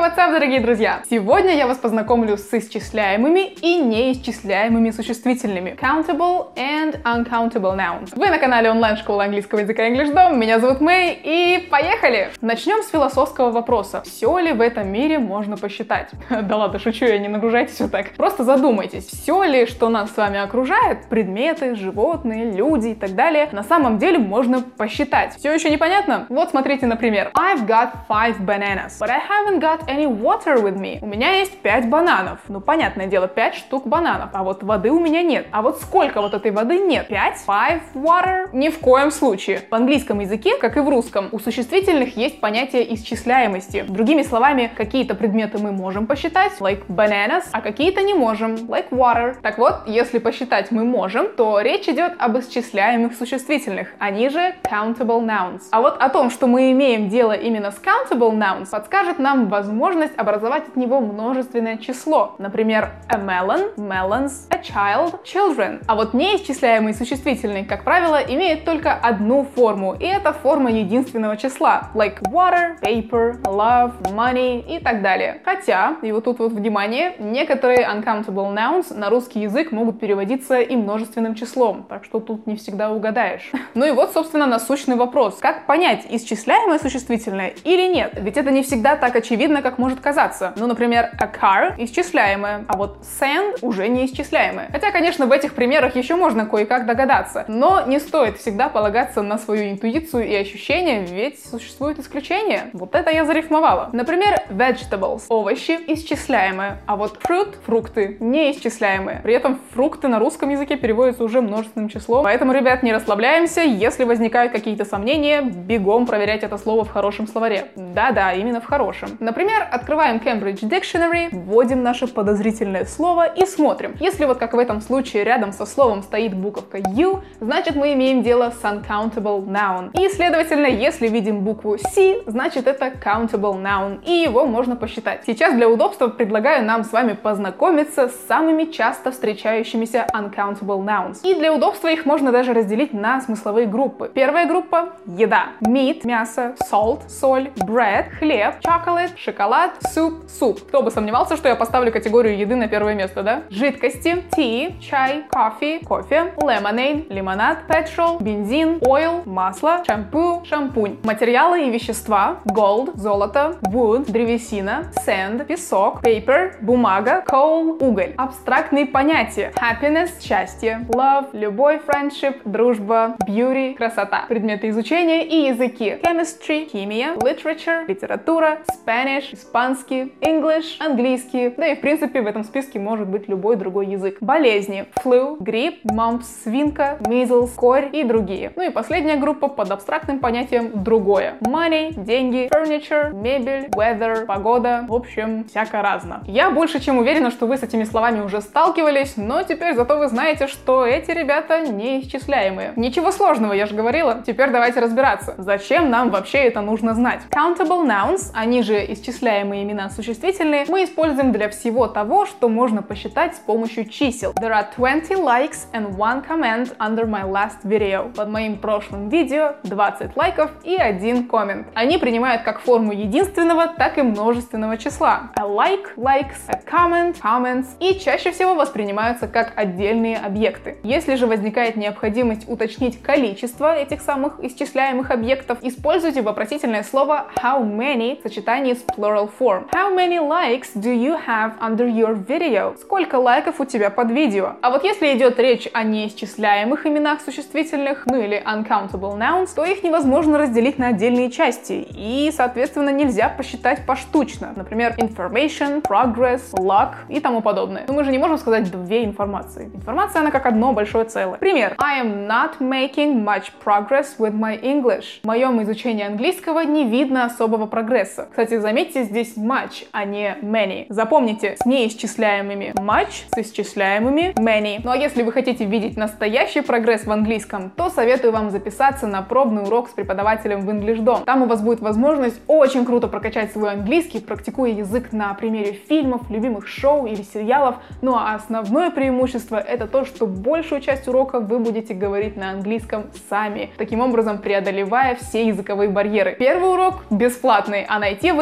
what's up, дорогие друзья! Сегодня я вас познакомлю с исчисляемыми и неисчисляемыми существительными. Countable and uncountable nouns. Вы на канале онлайн-школы английского языка EnglishDom. Меня зовут Мэй, и поехали! Начнем с философского вопроса. Все ли в этом мире можно посчитать? Да ладно, шучу я, не нагружайтесь вот так. Просто задумайтесь, все ли, что нас с вами окружает, предметы, животные, люди и так далее, на самом деле можно посчитать. Все еще непонятно? Вот смотрите, например. I've got 5 bananas, but I haven't got any water with me. У меня есть 5 бананов. Ну, понятное дело, 5 штук бананов. А вот воды у меня нет. А вот сколько вот этой воды нет? 5? 5 water? Ни в коем случае. В английском языке, как и в русском, у существительных есть понятие исчисляемости. Другими словами, какие-то предметы мы можем посчитать, like bananas, а какие-то не можем, like water. Так вот, если посчитать мы можем, то речь идет об исчисляемых существительных. Они же countable nouns. А вот о том, что мы имеем дело именно с countable nouns, подскажет нам возможность образовать от него множественное число. Например, a melon, melons, a child, children. А вот неисчисляемый существительный, как правило, имеет только одну форму, и это форма единственного числа, like water, paper, love, money и так далее. Хотя, и вот тут вот внимание, некоторые uncountable nouns на русский язык могут переводиться и множественным числом, так что тут не всегда угадаешь. Ну и вот, собственно, насущный вопрос. Как понять, исчисляемое существительное или нет? Ведь это не всегда так очевидно, как может казаться. Ну, например, a car исчисляемое, а вот sand уже не исчисляемое. Хотя, конечно, в этих примерах еще можно кое-как догадаться. Но не стоит всегда полагаться на свою интуицию и ощущения, ведь существуют исключения. Вот это я зарифмовала. Например, vegetables – овощи исчисляемые, а вот fruit – фрукты неисчисляемые. При этом фрукты на русском языке переводятся уже множественным числом. Поэтому, ребят, не расслабляемся. Если возникают какие-то сомнения, бегом проверять это слово в хорошем словаре. Да-да, именно в хорошем. Например, открываем Cambridge Dictionary, вводим наше подозрительное слово и смотрим. Если вот как в этом случае рядом со словом стоит буковка U, значит мы имеем дело с uncountable noun. И, следовательно, если видим букву C, значит это countable noun, и его можно посчитать. Сейчас для удобства предлагаю нам с вами познакомиться с самыми часто встречающимися uncountable nouns. И для удобства их можно даже разделить на смысловые группы. Первая группа – еда. Meat – мясо, salt – соль, bread – хлеб, chocolate – шоколад, soup – суп. Кто бы сомневался, что я поставлю категорию еды на первое место, да? Жидкости – tea, чай, coffee, кофе, lemonade – лимонад, petrol – бензин, oil – масло, shampoo – шампунь. Материалы и вещества – gold – золото, wood – древесина, sand – песок, paper – бумага, coal – уголь. Абстрактные понятия – happiness – счастье, love – любовь, friendship – дружба, beauty – красота. Предметы изучения и языки – chemistry – химия, literature – литература, Spanish – испанский, English – английский, да и в принципе в этом списке может быть любой другой язык. Болезни – flu, грипп, mumps, свинка, measles, корь и другие. Ну и последняя группа под абстрактным понятием другое. Money – деньги, furniture – мебель, weather – погода, в общем, всяко разно. Я больше чем уверена, что вы с этими словами уже сталкивались, но теперь зато вы знаете, что эти ребята неисчисляемые. Ничего сложного, я же говорила. Теперь давайте разбираться. Зачем нам вообще это нужно знать? Countable nouns, они же исчисляемые имена существительные, мы используем для всего того, что можно посчитать с помощью чисел. There are 20 likes and 1 comment under my last video. Под моим прошлым видео 20 лайков и 1 коммент. Они принимают как форму единственного, так и множественного числа. A like, likes, a comment, comments, и чаще всего воспринимаются как отдельные объекты. Если же возникает необходимость уточнить количество этих самых исчисляемых объектов, используйте вопросительное слово how many в сочетании с plural form. How many likes do you have under your video? Сколько лайков у тебя под видео? А вот если идет речь о неисчисляемых именах существительных, ну или uncountable nouns, то их невозможно разделить на отдельные части, и, соответственно, нельзя посчитать поштучно. Например, information, progress, luck и тому подобное. Но мы же не можем сказать две информации. Информация, она как одно большое целое. Пример. I am not making much progress with my English. В моем изучении английского не видно особого прогресса. Кстати, заметьте, здесь much, а не many. Запомните, с неисчисляемыми much, с исчисляемыми many. Ну а если вы хотите видеть настоящий прогресс в английском, то советую вам записаться на пробный урок с преподавателем в EnglishDom. Там у вас будет возможность очень круто прокачать свой английский, практикуя язык на примере фильмов, любимых шоу или сериалов. Ну а основное преимущество — это то, что большую часть урока вы будете говорить на английском сами, таким образом преодолевая все языковые барьеры. Первый урок бесплатный, а найти вы его можете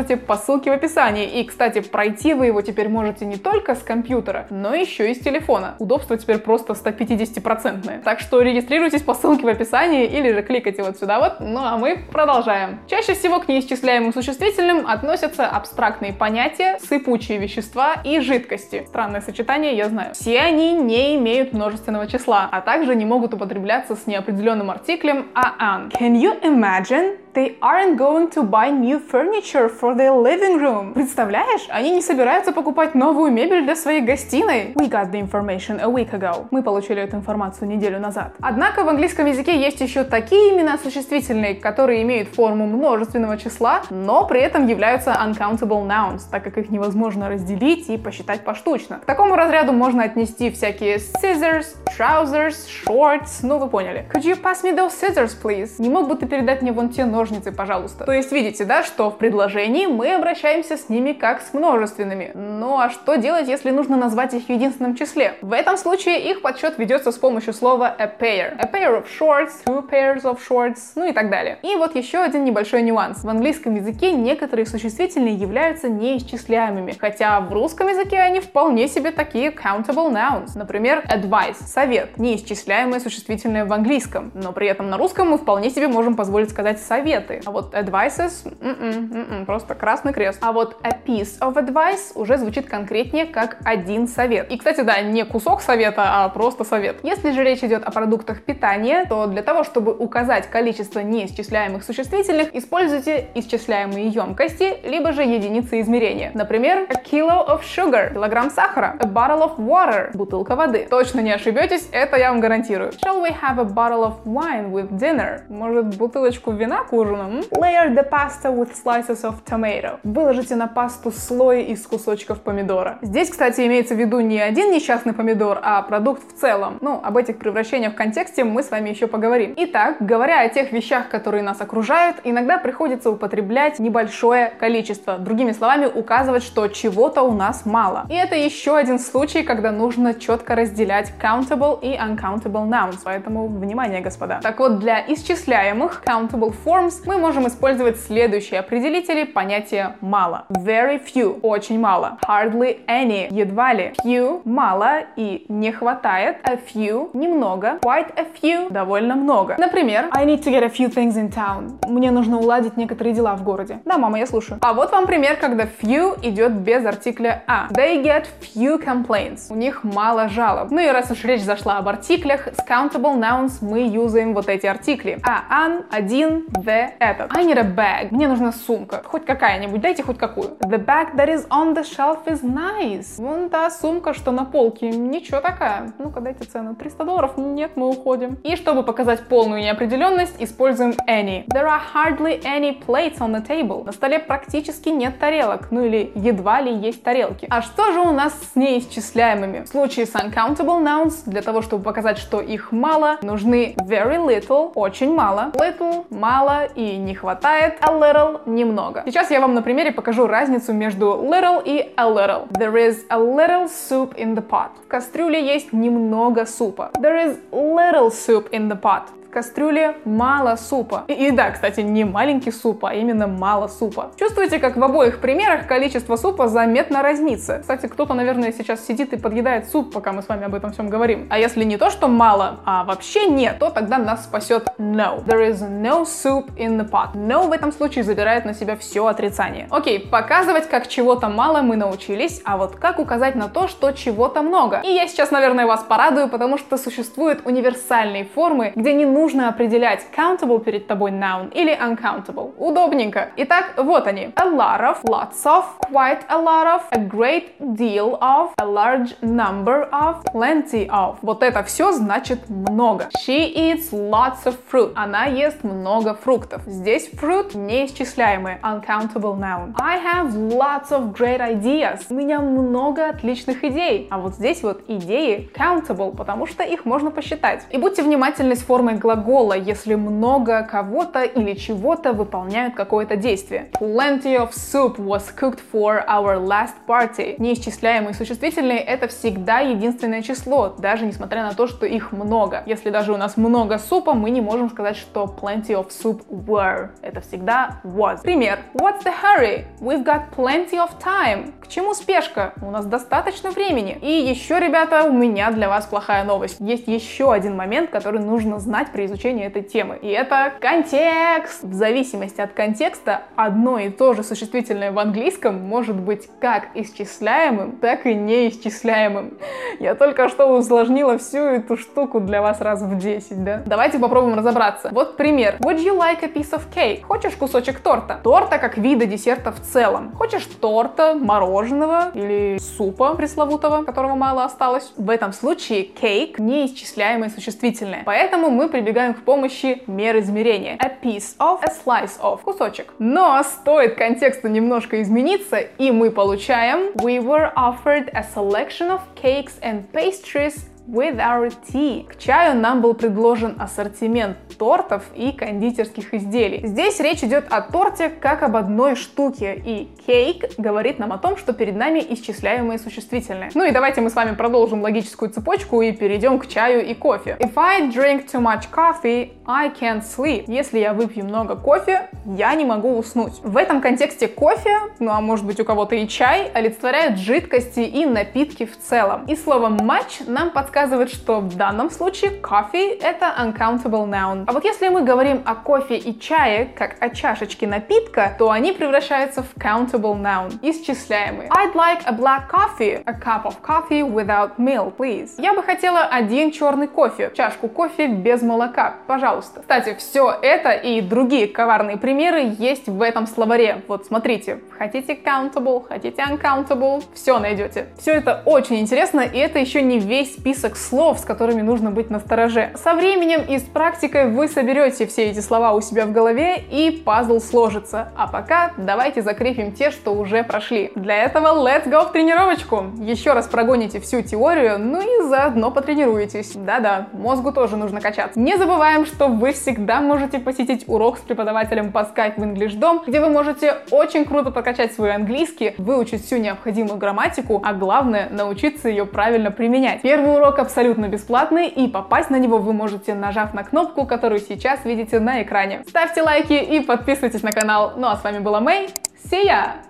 переходите по ссылке в описании. И, кстати, пройти вы его теперь можете не только с компьютера, но еще и с телефона. Удобство теперь просто 150%. Так что регистрируйтесь по ссылке в описании или же кликайте вот сюда вот. Ну а мы продолжаем. Чаще всего к неисчисляемым существительным относятся абстрактные понятия, сыпучие вещества и жидкости. Странное сочетание, я знаю. Все они не имеют множественного числа, а также не могут употребляться с неопределенным артиклем an. Can you imagine? They aren't going to buy new furniture for their living room. Представляешь? Они не собираются покупать новую мебель для своей гостиной. We got the information a week ago. Мы получили эту информацию неделю назад. Однако в английском языке есть еще такие имена существительные, которые имеют форму множественного числа, но при этом являются uncountable nouns, так как их невозможно разделить и посчитать поштучно. К такому разряду можно отнести всякие scissors, trousers, shorts, ну вы поняли. Could you pass me those scissors, please? Не мог бы ты передать мне вон те ножницы, пожалуйста. То есть видите, да, что в предложении мы обращаемся с ними как с множественными. Ну а что делать, если нужно назвать их в единственном числе? В этом случае их подсчет ведется с помощью слова a pair. A pair of shorts, two pairs of shorts, ну и так далее. И вот еще один небольшой нюанс. В английском языке некоторые существительные являются неисчисляемыми, хотя в русском языке они вполне себе такие countable nouns. Например, advice, совет, неисчисляемое существительное в английском, но при этом на русском мы вполне себе можем позволить сказать совет. А вот advices просто красный крест. А вот a piece of advice уже звучит конкретнее как один совет. И, кстати, да, не кусок совета, а просто совет. Если же речь идет о продуктах питания, то для того, чтобы указать количество неисчисляемых существительных, используйте исчисляемые емкости, либо же единицы измерения. Например, a kilo of sugar, килограмм сахара, a bottle of water, бутылка воды. Точно не ошибетесь, это я вам гарантирую. Shall we have a bottle of wine with dinner? Может, бутылочку вина к ужину? Layer the pasta with slices of tomato. Выложите на пасту слой из кусочков помидора. Здесь, кстати, имеется в виду не один несчастный помидор, а продукт в целом. Ну, об этих превращениях в контексте мы с вами еще поговорим. Итак, говоря о тех вещах, которые нас окружают, иногда приходится употреблять небольшое количество. Другими словами, указывать, что чего-то у нас мало. И это еще один случай, когда нужно четко разделять countable и uncountable nouns. Поэтому, внимание, господа. Так вот, для исчисляемых countable forms мы можем использовать следующие определители понятия мало. Very few – очень мало. Hardly any – едва ли. Few – мало и не хватает. A few – немного. Quite a few – довольно много. Например, I need to get a few things in town. Мне нужно уладить некоторые дела в городе. Да, мама, я слушаю. А вот вам пример, когда few идет без артикля a. They get few complaints. У них мало жалоб. Ну и раз уж речь зашла об артиклях, с countable nouns мы юзаем вот эти артикли. An, один, the, этот. I need a bag. Мне нужна сумка. Хоть какая-нибудь, дайте хоть какую. The bag that is on the shelf is nice. Вон та сумка, что на полке. Ничего такая. Ну-ка, дайте цену. $300? Нет, мы уходим. И чтобы показать полную неопределенность, используем any. There are hardly any plates on the table. На столе практически нет тарелок. Ну или едва ли есть тарелки. А что же у нас с неисчисляемыми? В случае с uncountable nouns, для того, чтобы показать, что их мало, нужны very little, очень мало, little, мало и не хватает, a little, немного. Сейчас я вам на примере покажу разницу между little и a little. There is a little soup in the pot. В кастрюле есть немного супа. There is little soup in the pot. В кастрюле мало супа. И да, кстати, не маленький суп, а именно мало супа. Чувствуете, как в обоих примерах количество супа заметно разнится? Кстати, кто-то, наверное, сейчас сидит и подъедает суп, пока мы с вами об этом всем говорим. А если не то, что мало, а вообще нет, то тогда нас спасет no. There is no soup in the pot. No в этом случае забирает на себя все отрицание. Окей, показывать, как чего-то мало, мы научились, а вот как указать на то, что чего-то много? И я сейчас, наверное, вас порадую, потому что существуют универсальные формы, где не нужно определять countable перед тобой noun или uncountable. Удобненько. Итак, вот они. A lot of, lots of, quite a lot of, a great deal of, a large number of, plenty of. Вот это все значит много. She eats lots of fruit. Она ест много фруктов. Здесь fruit неисчисляемый, uncountable noun. I have lots of great ideas. У меня много отличных идей. А вот здесь вот идеи countable, потому что их можно посчитать. И будьте внимательны с формой глагола, если много кого-то или чего-то выполняют какое-то действие. Plenty of soup was cooked for our last party. Неисчисляемые существительные — это всегда единственное число, даже несмотря на то, что их много. Если даже у нас много супа, мы не можем сказать, что plenty of soup were. Это всегда was. Пример. What's the hurry? We've got plenty of time. К чему спешка? У нас достаточно времени. И еще, ребята, у меня для вас плохая новость. Есть еще один момент, который нужно знать при изучении этой темы. И это контекст. В зависимости от контекста одно и то же существительное в английском может быть как исчисляемым, так и неисчисляемым. Я только что усложнила всю эту штуку для вас раз в 10, да? Давайте попробуем разобраться. Вот пример. Would you like a piece of cake? Хочешь кусочек торта? Торта как вида десерта в целом. Хочешь торта, мороженого или супа пресловутого, которого мало осталось? В этом случае cake — неисчисляемое существительное. Поэтому мы прибегаем к помощи мер измерения. A piece of, a slice of. Кусочек. Но стоит контексту немножко измениться, и мы получаем We were offered a selection of cakes and pastries with our tea. К чаю нам был предложен ассортимент тортов и кондитерских изделий. Здесь речь идет о торте как об одной штуке, и cake говорит нам о том, что перед нами исчисляемые существительные. Ну и давайте мы с вами продолжим логическую цепочку и перейдем к чаю и кофе. If I drink too much coffee, I can't sleep. Если я выпью много кофе, я не могу уснуть. В этом контексте кофе, ну а может быть у кого-то и чай, олицетворяют жидкости и напитки в целом. И слово much нам подсказывает, что в данном случае coffee — это uncountable noun. А вот если мы говорим о кофе и чае как о чашечке напитка, то они превращаются в countable noun, исчисляемые. I'd like a black coffee, a cup of coffee without milk, please. Я бы хотела один черный кофе, чашку кофе без молока, пожалуйста. Кстати, все это и другие коварные примеры есть в этом словаре. Вот смотрите, хотите countable, хотите uncountable, все найдете. Все это очень интересно, и это еще не весь список слов, с которыми нужно быть настороже. Со временем и с практикой вы соберете все эти слова у себя в голове, и пазл сложится. А пока давайте закрепим те, что уже прошли. Для этого let's go в тренировочку. Еще раз прогоните всю теорию, ну и заодно потренируетесь. Да-да, мозгу тоже нужно качаться. Не забываем, что вы всегда можете посетить урок с преподавателем по Skype в EnglishDom, где вы можете очень круто прокачать свой английский, выучить всю необходимую грамматику, а главное — научиться ее правильно применять. Первый урок абсолютно бесплатный, и попасть на него вы можете, нажав на кнопку, которую сейчас видите на экране. Ставьте лайки и подписывайтесь на канал. Ну а с вами была Мэй. See ya!